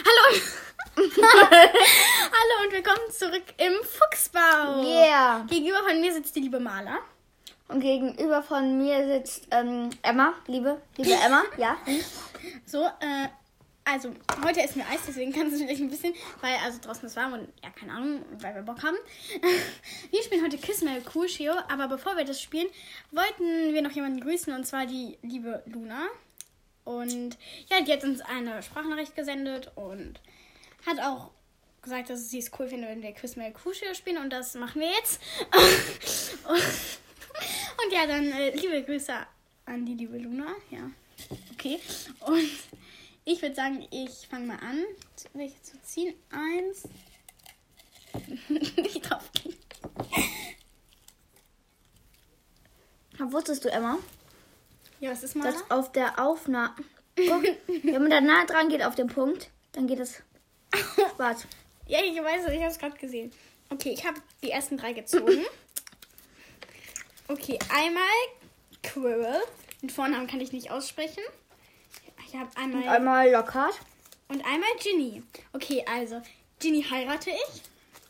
Hallo! Hallo und willkommen zurück im Fuchsbau. Yeah. Gegenüber von mir sitzt die liebe Maler. Und gegenüber von mir sitzt Emma, liebe Emma, ja. So, also heute essen wir Eis, deswegen kann es vielleicht ein bisschen, weil also draußen ist warm und ja, keine Ahnung, weil wir Bock haben. Wir spielen heute Kiss My Crucio, aber bevor wir das spielen, wollten wir noch jemanden grüßen und zwar die liebe Luna. Und ja, die hat uns eine Sprachnachricht gesendet und hat auch gesagt, dass sie es cool findet, wenn wir Kiss My Crucio spielen und das machen wir jetzt. Und ja, dann liebe Grüße an die liebe Luna. Ja, okay. Und ich würde sagen, ich fange mal an, welche zu ziehen. 1. Nicht draufgehen. Wusstest du, Emma, Ja, was ist mal? dass auf der Aufnahme, wenn man da nah dran geht auf den Punkt, dann geht es schwarz. Ja, ich weiß, ich habe es gerade gesehen. Okay, ich habe die ersten 3 gezogen. Okay, einmal Quirrell. Den Vornamen kann ich nicht aussprechen. Ich habe Einmal Lockhart. und einmal Ginny. Okay, also Ginny heirate ich.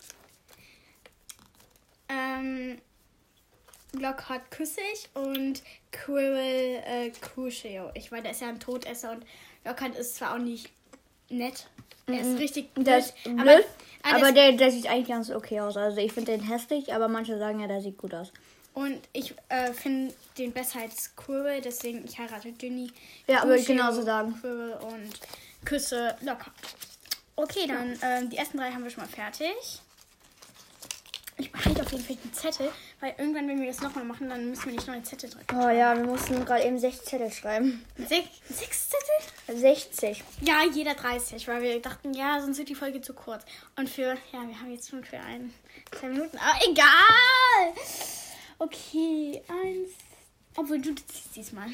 Lockhart küsse ich und Quirrell Crucio. Ich weiß, der ist ja ein Todesser und Lockhart ist zwar auch nicht nett. Er ist richtig blöd. Der ist blöd, aber der sieht eigentlich ganz okay aus. Also ich finde den hässlich, aber manche sagen ja, der sieht gut aus. Und ich finde den besser als Quirrell, deswegen ich heirate Ginny. Ja, würde ich Crucio, genauso sagen. Quirrell und küsse Lockhart. Okay, dann die ersten 3 haben wir schon mal fertig. Ich behalte auf jeden Fall die Zettel, weil irgendwann, wenn wir das nochmal machen, dann müssen wir nicht neue Zettel drücken. Oh ja, wir mussten gerade eben 6 Zettel schreiben. 6 Zettel? 60. Ja, jeder 30, weil wir dachten, ja, sonst wird die Folge zu kurz. Und wir haben jetzt schon für 2 Minuten, aber egal! Okay, 1. Obwohl, du ziehst diesmal.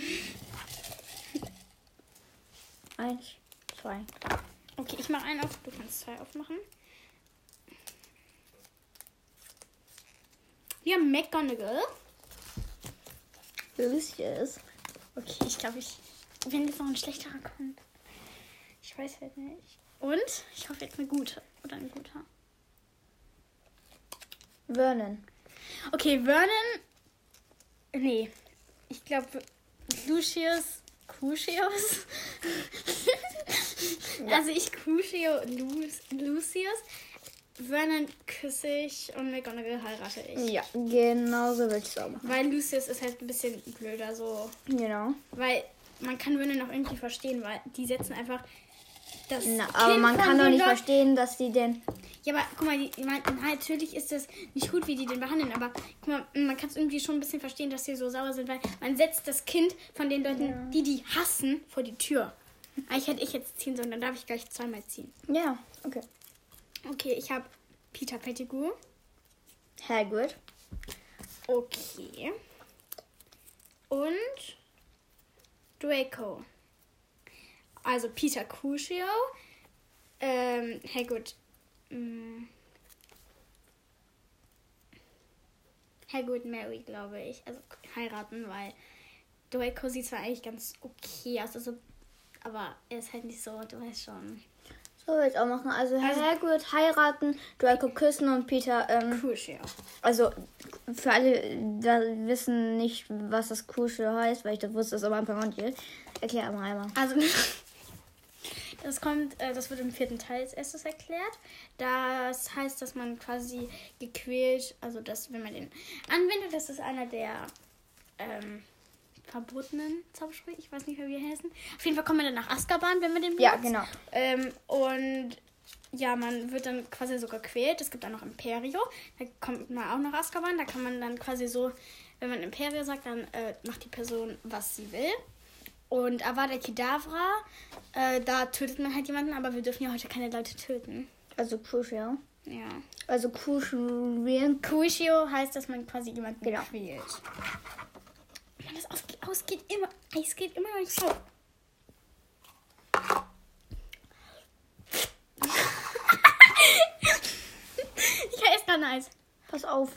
1, 2. Okay, ich mache einen auf, du kannst 2 aufmachen. Wir haben McGonagall. Lucius. Okay, ich glaube, wenn jetzt noch ein schlechterer kommt. Ich weiß halt nicht. Und ich hoffe jetzt eine gute oder ein guter. Vernon. Okay, Vernon. Nee. Ich glaube, Lucius. Crucius. Also ich Crucio Lucius. Vernon küsse ich und McGonagall heirate ich. Ja, genau so würde ich es auch machen. Weil Lucius ist halt ein bisschen blöder so. Genau. Weil man kann Vernon auch irgendwie verstehen, weil die setzen einfach das Aber Kind man von kann doch den nicht Leuten- verstehen, dass die denn... Ja, aber guck mal, natürlich ist das nicht gut, wie die den behandeln, aber guck mal, man kann es irgendwie schon ein bisschen verstehen, dass die so sauer sind, weil man setzt das Kind von den Leuten, die hassen, vor die Tür. Eigentlich hätte ich jetzt ziehen sollen, dann darf ich gleich 2-mal ziehen. Ja, okay. Okay, ich habe Peter Pettigrew. Hagrid. Okay. Und Draco. Also Peter Crucio. Hagrid. Hagrid Mary, glaube ich. Also heiraten, weil Draco sieht zwar eigentlich ganz okay aus, also, aber er ist halt nicht so, du weißt schon. So würde ich auch machen. Also Hagrid heiraten, Draco küssen und Peter... Crucio. Also für alle, da wissen nicht, was das Crucial heißt, weil ich das wusste, das am Anfang auch nicht. Erklär mal einmal. Also, das wird im 4. Teil als erstes erklärt. Das heißt, dass man quasi gequält, also dass, wenn man den anwendet, das ist einer der verbotenen Zaubersprüche. Ich weiß nicht mehr, wie er heißen. Auf jeden Fall kommt man dann nach Azkaban, wenn man den benutzt. Ja, genau. Und ja, man wird dann quasi so gequält. Es gibt auch noch Imperio. Da kommt man auch nach Azkaban. Da kann man dann quasi so, wenn man Imperio sagt, dann macht die Person, was sie will. Und Avada Kedavra, da tötet man halt jemanden, aber wir dürfen ja heute keine Leute töten. Also Crucial. Ja. Also Crucial. Crucio heißt, dass man quasi jemanden Genau. quält. Mann, das Eis geht immer noch nicht auf. Ich esse gerade ein Eis. Pass auf.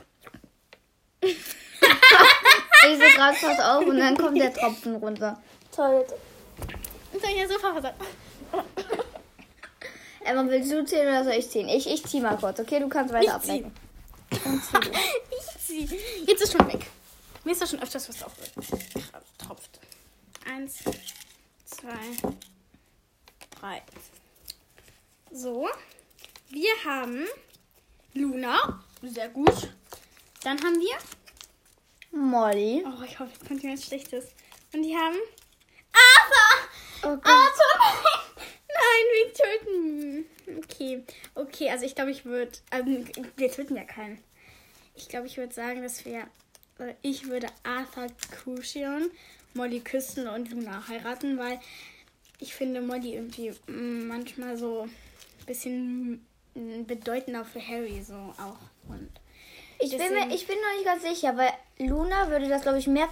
Ich so gerade pass auf und dann kommt der Tropfen runter. Toll. Soll ich ja so verfassen? Emma, willst du ziehen oder soll ich ziehen? Ich zieh mal kurz, okay? Du kannst weiter ablenken. Ich zieh. Jetzt ist schon weg. Mir ist da schon öfters was tropft. 1, 2, 3. So. Wir haben Luna. Sehr gut. Dann haben wir... Molly. Oh, ich hoffe, jetzt kommt jemand Schlechtes. Und die haben... Arthur! Oh Gott. Arthur, nein, wir töten. Okay, also ich glaube, ich würde... wir töten ja keinen. Ich glaube, ich würde sagen, dass wir... Ich würde Arthur Crucian, Molly küssen und Luna heiraten, weil ich finde Molly irgendwie manchmal so ein bisschen bedeutender für Harry so auch. Und Ich bin noch nicht ganz sicher, weil Luna würde das, glaube ich, mehr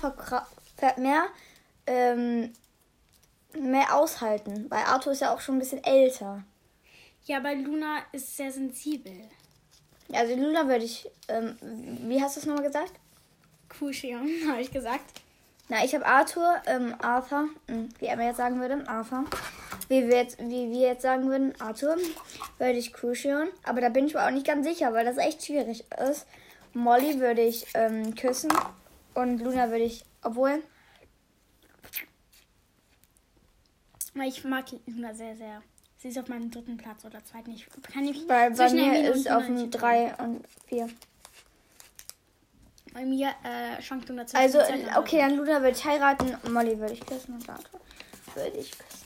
aushalten. Weil Arthur ist ja auch schon ein bisschen älter. Ja, aber Luna ist sehr sensibel. Also Luna würde ich... wie hast du es nochmal gesagt? Crucian, habe ich gesagt. Na, ich habe Arthur, wie Emma jetzt sagen würde, Arthur. Wie wir jetzt sagen würden, Arthur, würde ich Crucian. Aber da bin ich mir auch nicht ganz sicher, weil das echt schwierig ist. Molly würde ich küssen und Luna würde ich, obwohl... Ich mag Luna sehr, sehr. Sie ist auf meinem 3. Platz oder 2. Ich kann nicht Bei zwischen mir Hermine ist und auf Luna dem 3 und 4. Bei mir schwankt Luna zwischen Also, den Zeiten, aber- okay, dann Luna würde ich heiraten, Molly würde ich küssen und Arthur würde ich küssen.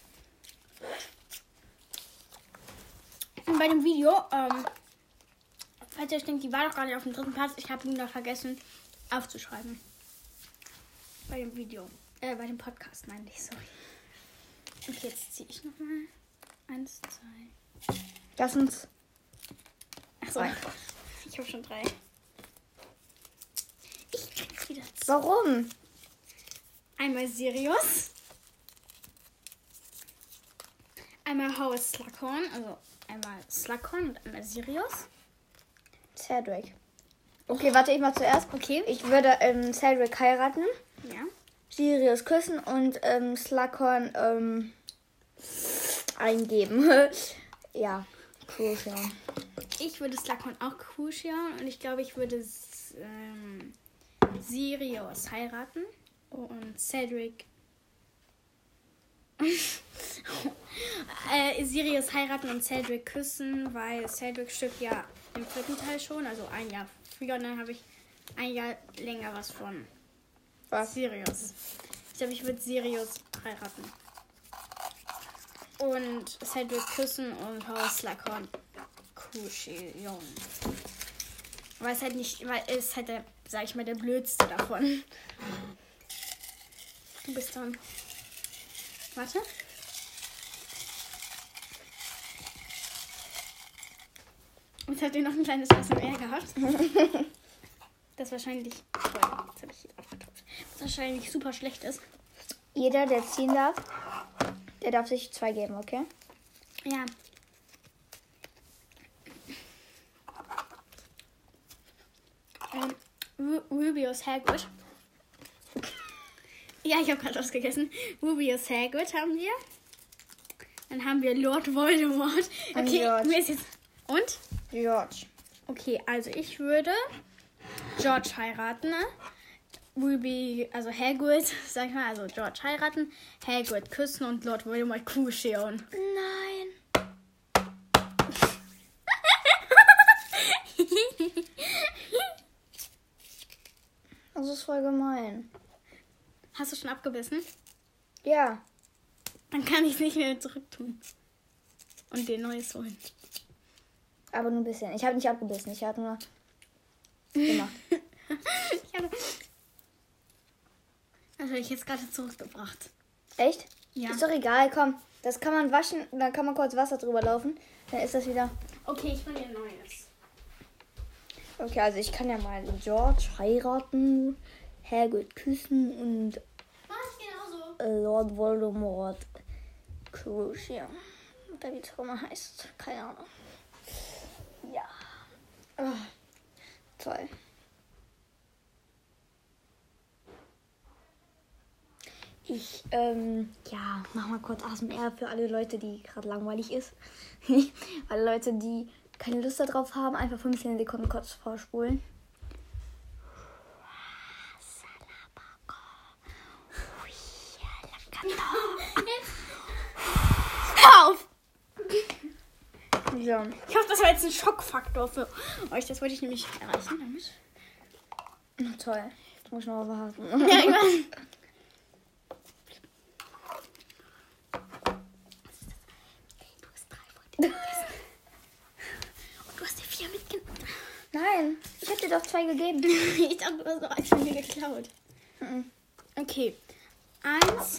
Und bei dem Video, falls ihr euch denkt, die war doch gerade auf dem 3. Platz, ich habe Luna vergessen aufzuschreiben. Bei dem Video. Bei dem Podcast, meine ich, sorry. Okay, jetzt ziehe ich nochmal. 1, 2. Lass uns... Achso, ich habe schon 3. Ich krieg wieder 2. Warum? Einmal Sirius. Einmal Horace Slughorn, also einmal Slughorn und einmal Sirius. Cedric. Okay, warte, ich mal zuerst. Okay. Ich würde Cedric heiraten, Ja. Sirius küssen und Slughorn eingeben. Ja, Crucian. Ich würde Slughorn auch Crucian und ich glaube, ich würde Sirius heiraten und Cedric Sirius heiraten und Cedric küssen, weil Cedric stirbt ja im 4. Teil schon, also ein Jahr früher, und dann habe ich ein Jahr länger was von Sirius. Ich glaube, ich würde Sirius heiraten. Und Cedric küssen und Horace Slughorn Crucian. Weil es ist halt der, sag ich mal, der blödste davon. Du bist dran. Warte. Jetzt habt ihr noch ein kleines ASMR gehabt. Das wahrscheinlich... Jetzt habe ich hier aufgetropft. Das wahrscheinlich super schlecht ist. Jeder, der ziehen darf, der darf sich 2 geben, okay? Ja. Rubius Hagrid. Ja, ich habe gerade was gegessen. Rubius Hagrid haben wir. Dann haben wir Lord Voldemort. Okay, George. mir ist jetzt... Und? George. Okay, also ich würde George heiraten, ne? Ruby, also Hagrid, sag ich mal, also George heiraten, Hagrid küssen und Lord Voldemort Crucian. Nein. Das ist voll gemein. Hast du schon abgebissen? Ja. Dann kann ich es nicht mehr zurück tun. Und dir Neues holen. Aber nur ein bisschen. Ich habe nicht abgebissen. Ich habe nur gemacht. Das habe ich jetzt gerade zurückgebracht. Echt? Ja. Ist doch egal, komm. Das kann man waschen, dann kann man kurz Wasser drüber laufen. Dann ist das wieder... Okay, ich will dir Neues. Okay, also ich kann ja mal George heiraten, Hagrid küssen und Was genauso? Lord Voldemort Crucian. Oder wie es auch immer heißt. Keine Ahnung. Ja. Oh, toll. Ich, mach mal kurz ASMR für alle Leute, die gerade langweilig ist. Alle Leute, die keine Lust darauf haben, einfach 15 Sekunden kurz vorspulen. Hör auf! So. Ich hoffe, das war jetzt ein Schockfaktor für euch. Das wollte ich nämlich erreichen damit. Na toll. Jetzt muss ich noch warten. Ja, ich weiß. Du hast 3 von dir gegessen. Und du hast dir 4 mitgenommen. Nein, ich hab dir doch 2 gegeben. Ich dachte, du hast noch 1 von mir geklaut. Okay. 1,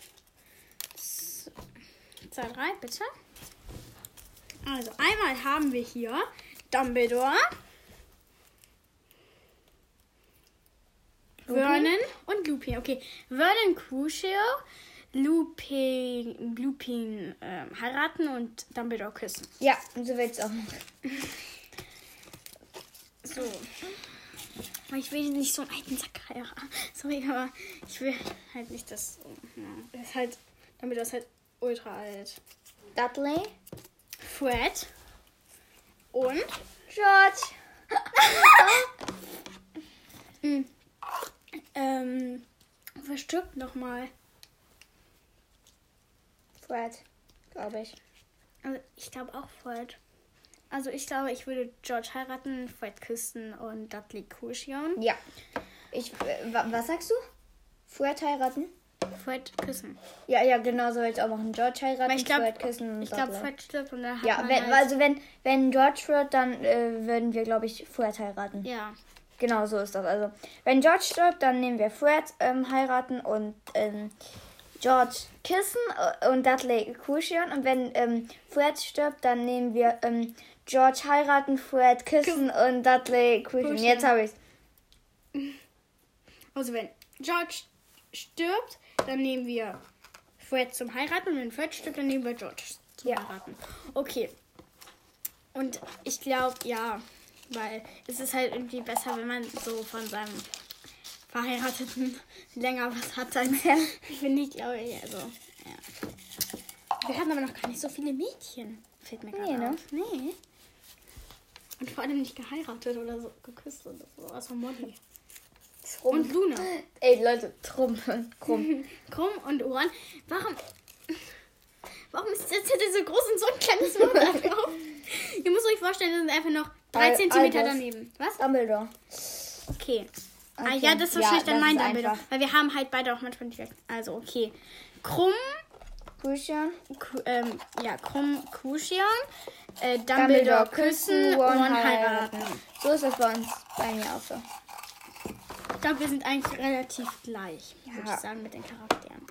2, 3, bitte. Also, einmal haben wir hier Dumbledore, Vernon und Lupin. Okay, Vernon Crucio, Lupin heiraten und Dumbledore küssen. Ja, so willst du auch noch. So. Aber ich will nicht so einen alten Sack heiraten. Sorry, aber ich will halt nicht, dass... Ja, ist halt, Dumbledore ist halt ultra alt. Dudley. Fred und George. wer stirbt nochmal? Fred, glaube ich. Also ich glaube auch Fred. Also ich glaube, ich würde George heiraten, Fred küssen und Dudley Crucian. Ja. Was sagst du? Fred heiraten? Fred küssen. Ja, genau, so will ich auch machen. George heiraten, Weil ich glaub, Fred küssen und Ich glaube, Dudley. Fred stirbt und dann hat Ja, man wenn, halt, also wenn George wird, dann würden wir, glaube ich, Fred heiraten. Ja. Genau, so ist das. Also, wenn George stirbt, dann nehmen wir Fred heiraten und George küssen und Dudley Crucian. Und wenn Fred stirbt, dann nehmen wir George heiraten, Fred küssen und Dudley Crucian. Jetzt habe ich's. Also wenn George stirbt, dann nehmen wir Fred zum Heiraten und wenn Fred stirbt, dann nehmen wir George zum Heiraten. Okay. Und ich glaube, ja, weil es ist halt irgendwie besser, wenn man so von seinem Verheirateten länger was hat, dann finde ich, glaube ich, also, ja. Wir hatten aber noch gar nicht so viele Mädchen, fällt mir gerade auf. Nee. Und vor allem nicht geheiratet oder so, geküsst oder so, außer Molly. Und Luna. Ey, Leute, Krumm. Krumm und Ohren. Warum ist das jetzt so groß und so ein kleines Wort drauf? Ihr müsst euch vorstellen, das sind einfach noch 3 Zentimeter daneben. Was? Dumbledore. Okay. Ah ja, das ist wahrscheinlich dann mein Dumbledore. Weil wir haben halt beide auch manchmal direkt. Also, okay. Krumm. Crucian. Krumm Crucian. Dumbledore küssen, Ron heiraten. So ist das bei uns, bei mir auch so. Ich glaube, wir sind eigentlich relativ gleich, würde ich sagen, mit den Charakteren.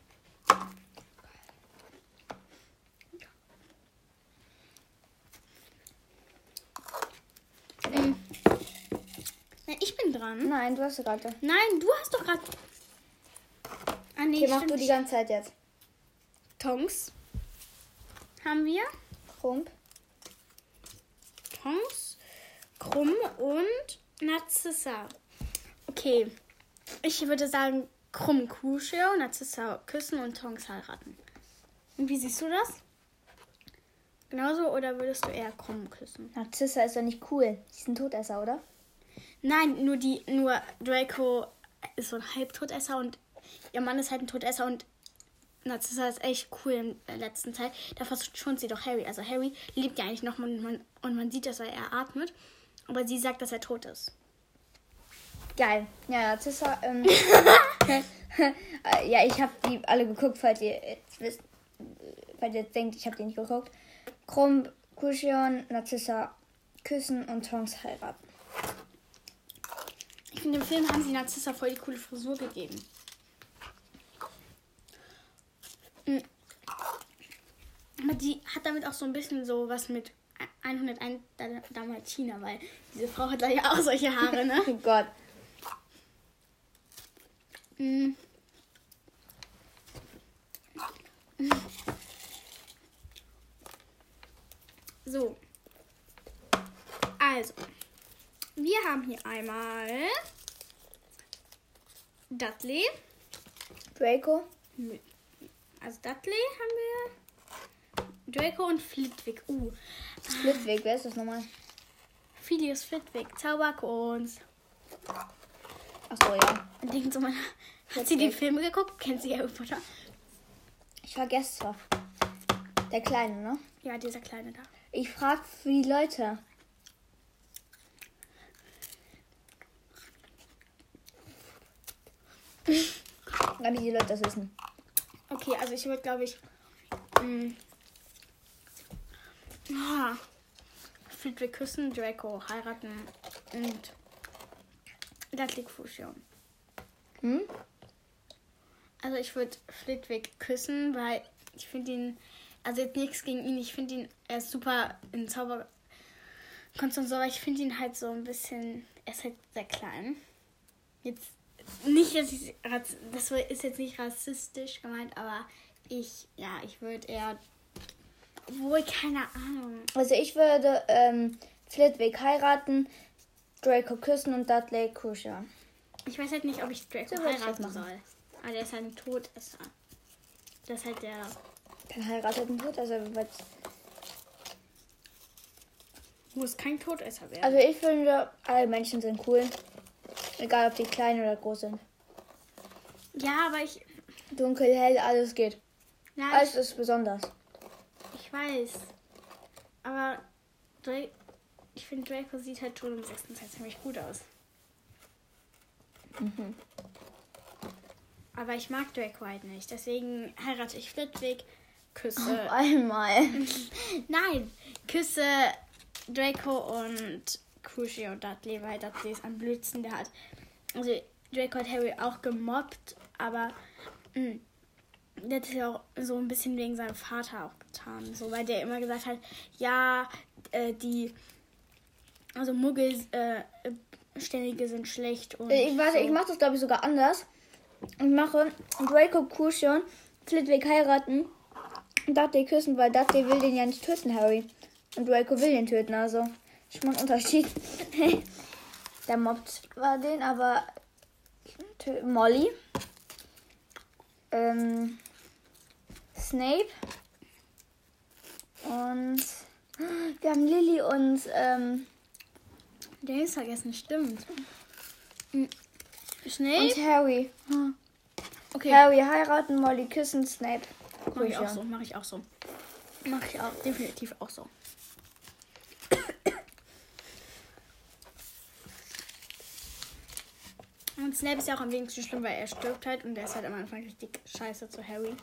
Ich bin dran. Nein, du hast gerade. Nein, du hast doch gerade... Ah, nee, Okay, mach du die ganze Zeit jetzt. Tonks haben wir. Krumm. Tonks, Krumm und Narzissa. Okay, ich würde sagen Krumm Crucio, Narzissa küssen und Tonks heiraten. Und wie siehst du das? Genauso oder würdest du eher Krumm küssen? Narzissa ist doch nicht cool. Sie ist ein Todesser, oder? Nein, nur Draco ist so ein Halbtodesser und ihr Mann ist halt ein Todesser und Narzissa ist echt cool in der letzten Zeit. Da verschont sie doch Harry. Also Harry lebt ja eigentlich noch und man sieht, dass er atmet. Aber sie sagt, dass er tot ist. Geil. Ja, Narzissa, ja, ich habe die alle geguckt, falls ihr jetzt denkt, ich habe die nicht geguckt. Krumm, Crucian, Narzissa küssen und Tonks heiraten. Ich finde, im Film haben sie Narzissa voll die coole Frisur gegeben. Aber die hat damit auch so ein bisschen so was mit 101 Dalmatiner, weil diese Frau hat da ja auch solche Haare, ne? Oh Gott. So. Also. Wir haben hier einmal Dudley, Draco. Also Dudley haben wir. Draco und Flitwick. Flitwick, wer ist das nochmal? Phileas Flitwick, Zauberkunst. Achso, ja. Denkt so mal, hat sie die Filme geguckt? Kennt sie Harry Potter? Ich vergesse zwar. Der Kleine, ne? Ja, dieser Kleine da. Ich frage für die Leute. Damit die Leute das wissen. Okay, also ich würde, glaube ich, Flitwick küssen, Draco heiraten und Dudley Crucian. Also ich würde Flitwick küssen, weil ich finde ihn, also jetzt nichts gegen ihn, ich finde ihn, er ist super in Zauberkunst und so, aber ich finde ihn halt so ein bisschen, er ist halt sehr klein. Jetzt nicht, dass das ist jetzt nicht rassistisch gemeint, aber ich würde eher, wohl keine Ahnung. Also ich würde Flitwick heiraten, Draco küssen und Dudley Crucian. Ich weiß halt nicht, ob ich Draco So würde ich das heiraten machen. soll. Aber der ist halt ein Todesser. Das ist halt der... Kein heirateten Tod, also Muss kein Todesser werden. Also ich finde, alle Menschen sind cool. Egal ob die klein oder groß sind. Ja, aber ich... Dunkel, hell, alles geht. Ja, Alles ist besonders. ich weiß. Aber ich finde, Draco sieht halt schon im 6. Teil ziemlich gut aus. Aber ich mag Draco halt nicht. Deswegen heirate ich Flitwick, küsse... Einmal. Nein, küsse Draco und Crucio und Dudley, weil Dudley ist am blödsten. Der hat... Also Draco hat Harry auch gemobbt, aber... Der hat es ja auch so ein bisschen wegen seinem Vater auch getan. So, weil der immer gesagt hat, ja, also Muggelständige sind schlecht und... Ich mache das glaube ich sogar anders. Ich mache Draco Crucian, Flitwick heiraten und Dudley küssen, weil Dudley will den ja nicht töten, Harry. Und Draco will den töten, also schon mal ein Unterschied. Der mobbt zwar den, aber Molly. Snape. Und wir haben Lily und Der ist vergessen, stimmt. Snape? und Harry. Okay, Harry heiraten, Molly küssen, Snape. mache ich auch so, mache ich auch, definitiv auch so. Und Snape ist ja auch am wenigsten schlimm, weil er stirbt halt und der ist halt am Anfang richtig scheiße zu Harry.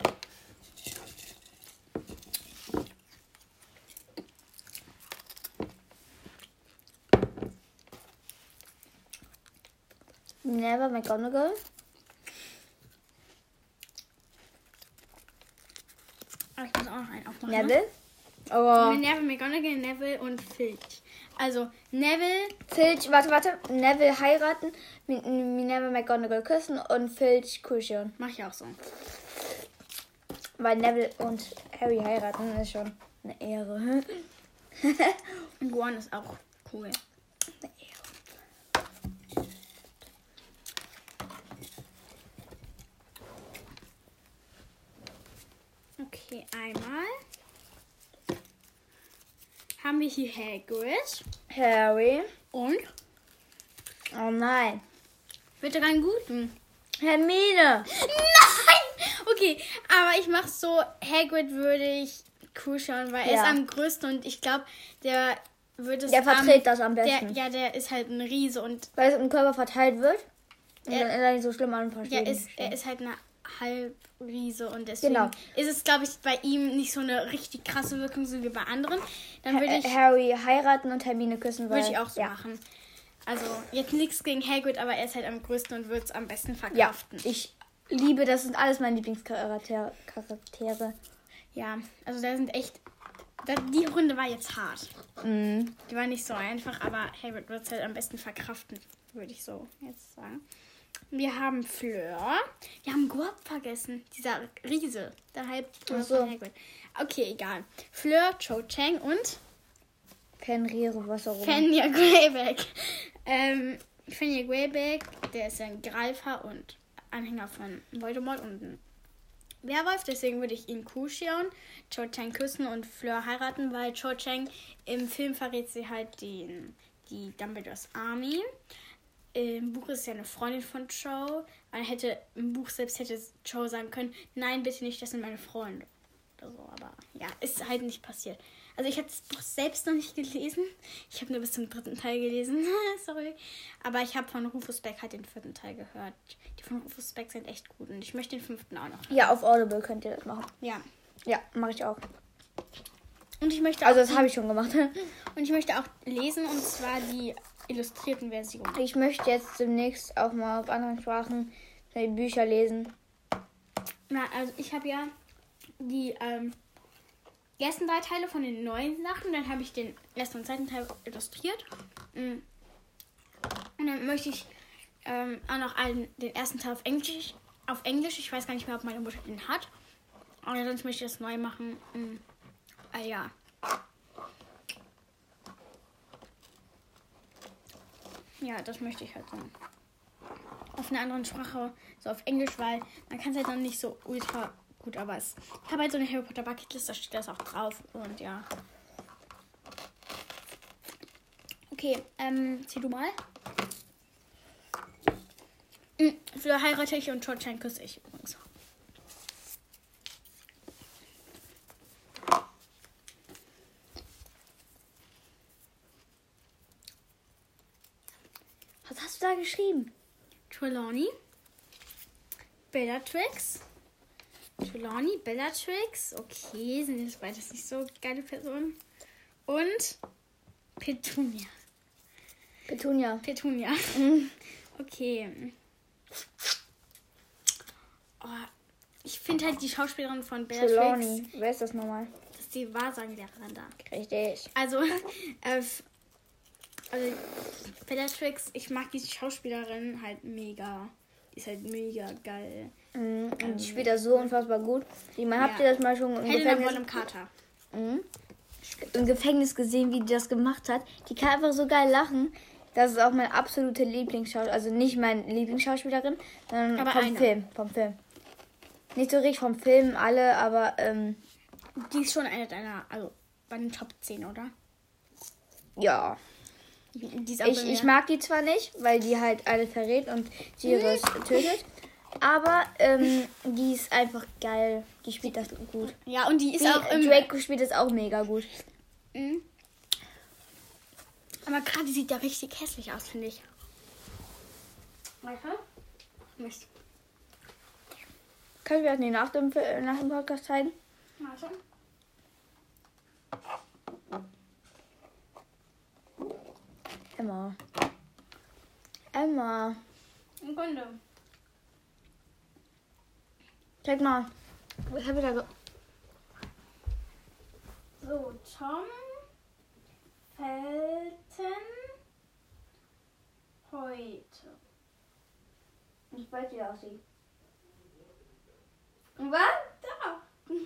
Never McGonagall. Aber ich muss auch noch einen aufmachen. Neville. Aber Neville, McGonagall, Neville und Filch. Also Neville, Filch, warte. Neville heiraten, Minerva McGonagall küssen und Filch Crucian. mache ich auch so. Weil Neville und Harry heiraten ist schon eine Ehre. Und Ron ist auch cool. Eine Ehre. Okay, einmal haben wir hier Hagrid Harry. und Oh nein. bitte keinen guten. Hermine. Nein! Okay, aber ich mache so, Hagrid würde ich cool schauen, weil er Ja. ist am größten und ich glaube, der würde es Der verträgt das am besten. Der ist halt ein Riese und Weil es im Körper verteilt wird. Und Ja. dann ist er nicht so schlimm an er ist halt eine Halbriese und deswegen Genau. ist es, glaube ich, bei ihm nicht so eine richtig krasse Wirkung, so wie bei anderen. Dann würde ich Harry heiraten und Hermine küssen, weil... Würde ich auch so ja. machen. Also, jetzt nichts gegen Hagrid, aber er ist halt am größten und wird es am besten Ja, verkraften. ich liebe, das sind alles meine Lieblingscharaktere. Ja, also da sind echt... Die Runde war jetzt hart. Mhm. Die war nicht so einfach, aber Hagrid wird es halt am besten verkraften, würde ich so jetzt sagen. Wir haben Fleur. Wir haben Gorb vergessen. Dieser Riese. Der Halbbruder Ach so. von Hagrid. Okay, egal. Fleur, Cho Chang und Fenrir, was auch immer. Fenrir Greyback. Fenrir Greyback, der ist ein Greifer und Anhänger von Voldemort und ein Werwolf. Deswegen würde ich ihn Cho Chang küssen und Fleur heiraten, weil Cho Chang im Film verrät sie halt die Dumbledores Army. Im Buch ist ja eine Freundin von Cho. Im Buch selbst hätte Cho sagen können, nein, bitte nicht, das sind meine Freunde. Oder so, aber ja, ist halt nicht passiert. Also ich habe das Buch selbst noch nicht gelesen. Ich habe nur bis zum 3. Teil gelesen. Sorry. Aber ich habe von Rufus Beck halt den 4. Teil gehört. Die von Rufus Beck sind echt gut. Und ich möchte den 5. auch noch. Ja, auf Audible könnt ihr das machen. Ja. Ja, mache ich auch. Und ich möchte Also das habe ich schon gemacht. Und ich möchte auch lesen, und zwar die illustrierten Versionen. Ich möchte jetzt demnächst auch mal auf anderen Sprachen die Bücher lesen. Na, also ich habe ja die ersten 3 Teile von den neuen Sachen. Dann habe ich den ersten und zweiten Teil illustriert. Und dann möchte ich auch noch den ersten Teil auf Englisch. Ich weiß gar nicht mehr, ob meine Mutter den hat. Aber sonst möchte ich das neu machen. Ja. Ja, das möchte ich halt so. Auf einer anderen Sprache, so auf Englisch, weil man kann es halt noch nicht so ultra gut, aber ich habe halt so eine Harry Potter Bucketlist, da steht das auch drauf und ja. Okay, zieh du mal. Fleur heirate ich und Cho Chang küsse ich übrigens. Was hast du da geschrieben? Trelawney, Bellatrix, okay, sind jetzt beides nicht so geile Personen. Und Petunia. Okay. Oh, ich finde halt die Schauspielerin von Bellatrix. Trelawney. Wer ist das nochmal? Das ist die Wahrsagenlehrerin da. Richtig. Also Bellatrix, ich mag diese Schauspielerin halt mega. Die ist halt mega geil. Und die spielt das so unfassbar gut. Habt ihr das mal schon im Carter. Im Gefängnis gesehen, wie die das gemacht hat? Die kann einfach so geil lachen. Das ist auch meine absolute Lieblingsschauspielerin. Also nicht meine Lieblingsschauspielerin, sondern aber vom Film. Nicht so richtig vom Film, alle, aber die ist schon eine deiner, also bei den Top 10, oder? Ja. Die ist Ich mag die zwar nicht, weil die halt alle verrät und Sirius tötet. Aber die ist einfach geil. Die spielt das gut. Ja, und die ist auch Draco spielt das auch mega gut. Mhm. Aber gerade sieht der richtig hässlich aus, finde ich. Weiter? Mist. Können wir das nicht nach dem Podcast zeigen? Warte. Emma. Im Grunde. Check mal. Was habe ich da So, Tom Felton heute. Ich weiß, wie der aussieht. Was? Da.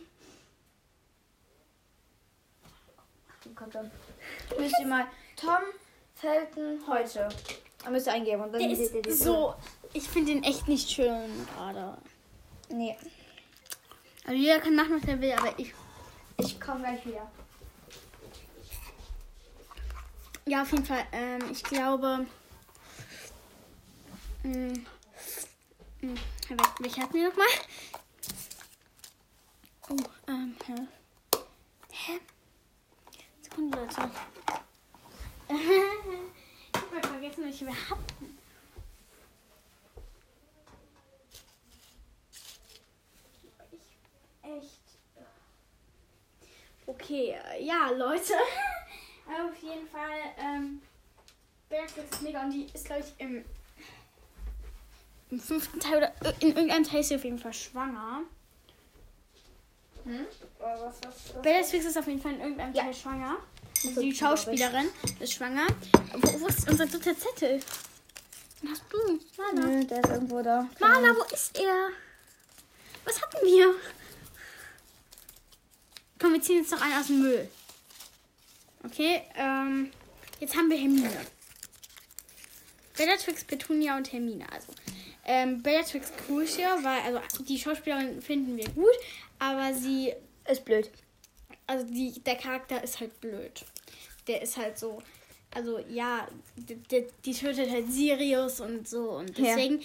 Kommt schon. Müsst ihr mal Tom Felton heute. Da müsst ihr eingeben. Und dann Der seht ihr ist so. Ich finde den echt nicht schön gerade. Nee. Also jeder kann machen, was er will, aber ich komme gleich wieder. Ja, auf jeden Fall. Ich glaube. Welche hatten wir nochmal? Oh, hä? Sekunde, Leute. Ich habe vergessen, welche wir hatten. Echt. Okay, ja, Leute. Auf jeden Fall, Bellatrix ist mega und die ist, glaube ich, im 5. Teil oder in irgendeinem Teil ist sie auf jeden Fall schwanger. Was? Bellatrix ist auf jeden Fall in irgendeinem Teil schwanger. Also die Schauspielerin ist schwanger. Wo ist unser dritter Zettel? Den hast du? Marla. Nö, der ist irgendwo da. Marla, wo ist er? Was hatten wir? Komm, wir ziehen jetzt noch einen aus dem Müll. Okay, jetzt haben wir Hermine. Bellatrix, Petunia und Hermine. Also, Bellatrix Crucio, weil, also die Schauspielerin finden wir gut, aber sie Ist blöd. also der Charakter ist halt blöd. Der ist halt so, also ja, die tötet halt Sirius und so und deswegen,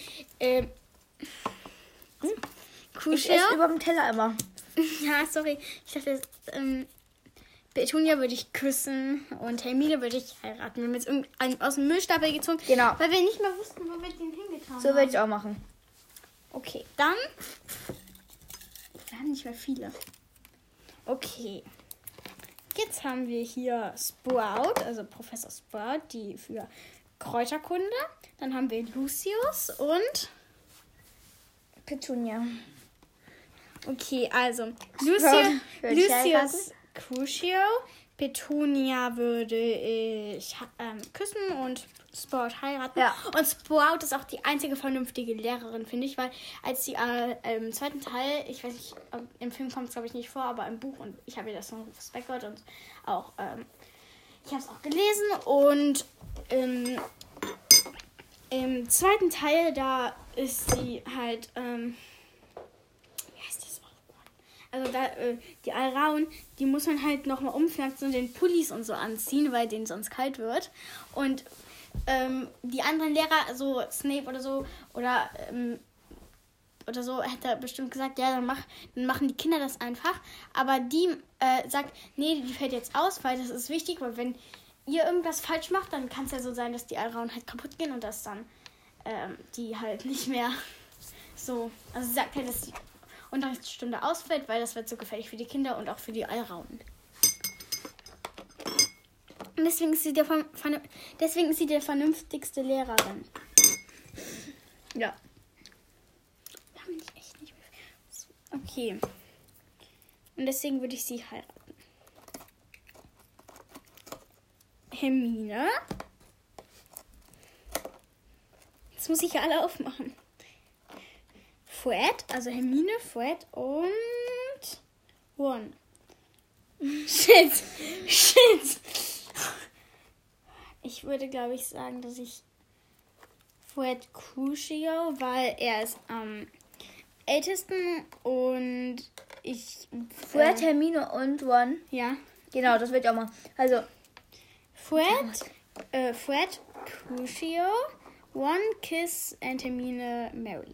Ich esse über dem Teller immer. ja, sorry, ich dachte, Petunia würde ich küssen und Hermine würde ich heiraten. Wir haben jetzt irgendeinen aus dem Müllstapel gezogen, Genau. weil wir nicht mehr wussten, wo wir den hingetan haben. So würde ich auch machen. Okay, dann. Wir haben nicht mehr viele. Okay. Jetzt haben wir hier Sprout, also Professor Sprout, die für Kräuterkunde. Dann haben wir Lucius und. Petunia. Okay, also Würde ich heiraten? Lucius Crucio. Petunia würde ich küssen und Sprout heiraten. Ja. Und Sprout ist auch die einzige vernünftige Lehrerin, finde ich, weil als sie im zweiten Teil, ich weiß nicht, im Film kommt es glaube ich nicht vor, aber im Buch, und ich habe ihr das noch Respekt gehört und auch, ich habe es auch gelesen und im zweiten Teil, da ist sie halt, wie heißt das auch? Also da, die Alraun, die muss man halt nochmal umpflanzen und den Pullis und so anziehen, weil denen sonst kalt wird. Und die anderen Lehrer, so Snape oder so, oder so, hätte bestimmt gesagt, ja, dann machen die Kinder das einfach. Aber die sagt, nee, die fällt jetzt aus, weil das ist wichtig, weil wenn ihr irgendwas falsch macht, dann kann es ja so sein, dass die Alraun halt kaputt gehen und dass dann die halt nicht mehr so, also sie sagt halt, dass die Unterrichtsstunde ausfällt, weil das wird so gefährlich für die Kinder und auch für die Alraunen. Und deswegen ist sie der vernünftigste Lehrerin. Ja. Da bin ich echt nicht mehr. Okay. Und deswegen würde ich sie heiraten. Hermine. Jetzt muss ich ja alle aufmachen. Fred, also Hermine, Fred und Ron. Shit. Ich würde, glaube ich, sagen, dass ich Fred Crucio, weil er ist am ältesten und ich... Fred, Hermine und Ron. Ja. Genau, das würde ich auch machen. Also, Fred Crucio, Ron, Kiss and Hermine Mary.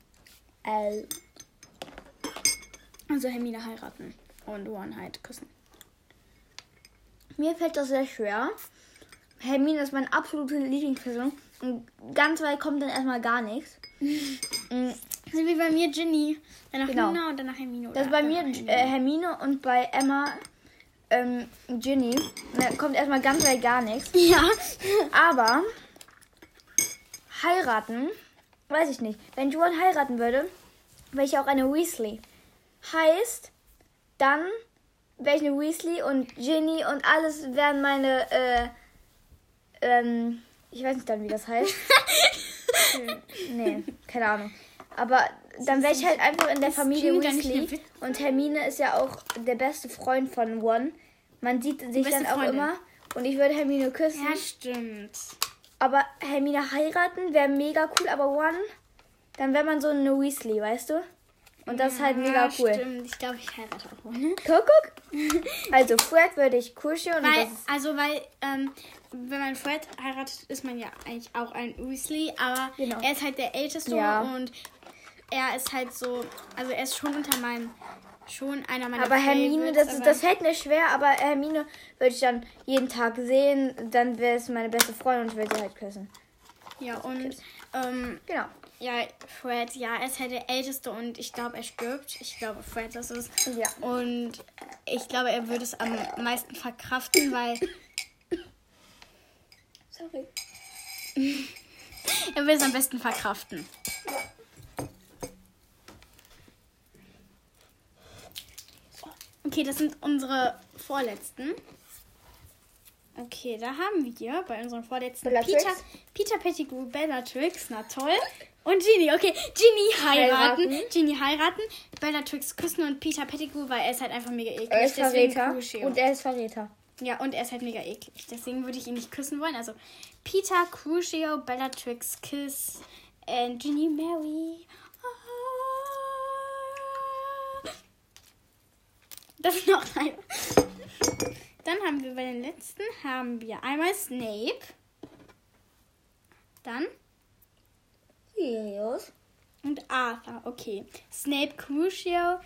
Also Hermine heiraten und Ron halt küssen. Mir fällt das sehr schwer. Hermine ist meine absolute Lieblingsperson. Und ganz weit kommt dann erstmal gar nichts. So wie bei mir Ginny. Danach Genau. Luna und danach Hermine. Das ist bei mir Hermine und bei Emma Ginny. Da kommt erstmal ganz weit gar nichts. Ja. Aber heiraten, weiß ich nicht. Wenn Ron heiraten würde, wäre ich auch eine Weasley. Heißt, dann wäre ich eine Weasley und Ginny und alles wären meine, ich weiß nicht dann, wie das heißt. Nee, keine Ahnung. Aber dann wäre ich halt einfach in der Familie Weasley. Und Hermine ist ja auch der beste Freund von Ron. Man sieht sich dann auch immer. Und ich würde Hermine küssen. Ja, stimmt. Aber Hermine heiraten wäre mega cool. Aber Ron, dann wäre man so eine Weasley, weißt du? Und das ist halt mega cool. Stimmt, ich glaube, ich heirate auch Ron. Guck. Also Fred würde ich kuscheln. Weil, wenn man Fred heiratet, ist man ja eigentlich auch ein Weasley. Aber Genau. er ist halt der Älteste und er ist halt so, also er ist schon einer meiner Aber Hermine, Favorites, das fällt mir schwer, aber Hermine würde ich dann jeden Tag sehen, dann wäre es meine beste Freundin und ich würde sie halt küssen. Ja, und Genau. ja, Fred, ja, er ist halt der Älteste und ich glaube, er stirbt. Ich glaube, Fred das ist. Ja. Und ich glaube, er würde es am meisten verkraften, weil Sorry. er will es am besten verkraften. Okay, das sind unsere vorletzten. Okay, da haben wir bei unseren vorletzten Bellatrix. Peter Pettigrew, Bellatrix, na toll. Und Ginny, okay. Ginny heiraten, Bellatrix küssen und Peter Pettigrew, weil er ist halt einfach mega eklig. Er ist Verräter. Crucio. Und er ist Verräter. Ja, und er ist halt mega eklig. Deswegen würde ich ihn nicht küssen wollen. Also Peter, Crucio, Bellatrix, Kiss Ginny Mary. Das ist noch ein. Dann haben wir bei den letzten einmal Snape. Dann Sirius. und Arthur. Okay. Snape Crucio,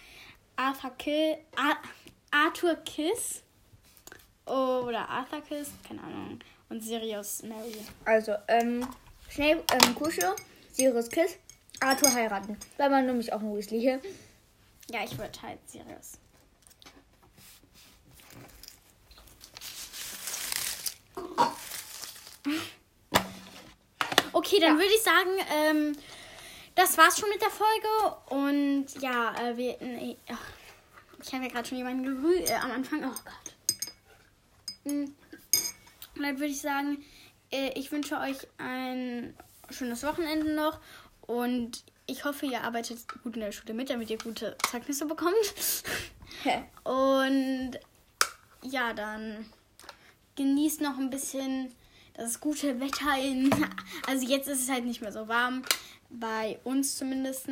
Arthur Kiss. Oder Arthur Kiss, keine Ahnung. Und Sirius Mary. Also, Snape, Crucio, Sirius Kiss, Arthur heiraten. Weil man nämlich auch ein Weasley hier. Ja, ich würde halt Sirius. Okay, dann würde ich sagen, das war's schon mit der Folge. Und ja, ich habe ja gerade schon jemanden gerührt am Anfang. Oh Gott. Und dann würde ich sagen, ich wünsche euch ein schönes Wochenende noch. Und ich hoffe, ihr arbeitet gut in der Schule mit, damit ihr gute Zeugnisse bekommt. Und ja, dann genießt noch ein bisschen das gute Wetter. Also jetzt ist es halt nicht mehr so warm. Bei uns zumindest.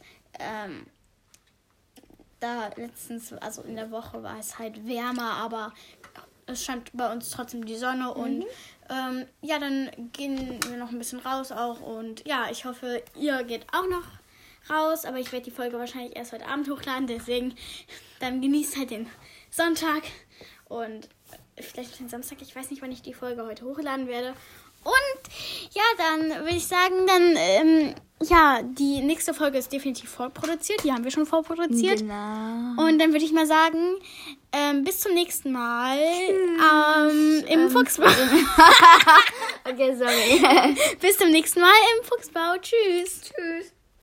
Da letztens, also in der Woche war es halt wärmer, aber es stand bei uns trotzdem die Sonne. Und ja, dann gehen wir noch ein bisschen raus auch. Und ja, ich hoffe, ihr geht auch noch raus. Aber ich werde die Folge wahrscheinlich erst heute Abend hochladen. Deswegen, dann genießt halt den Sonntag und vielleicht den Samstag. Ich weiß nicht, wann ich die Folge heute hochladen werde. Und ja, dann würde ich sagen, ja, die nächste Folge ist definitiv vorproduziert. Die haben wir schon vorproduziert. Genau. Und dann würde ich mal sagen, bis zum nächsten Mal im Fuchsbau. Okay, sorry. Bis zum nächsten Mal im Fuchsbau. Tschüss. Tschüss.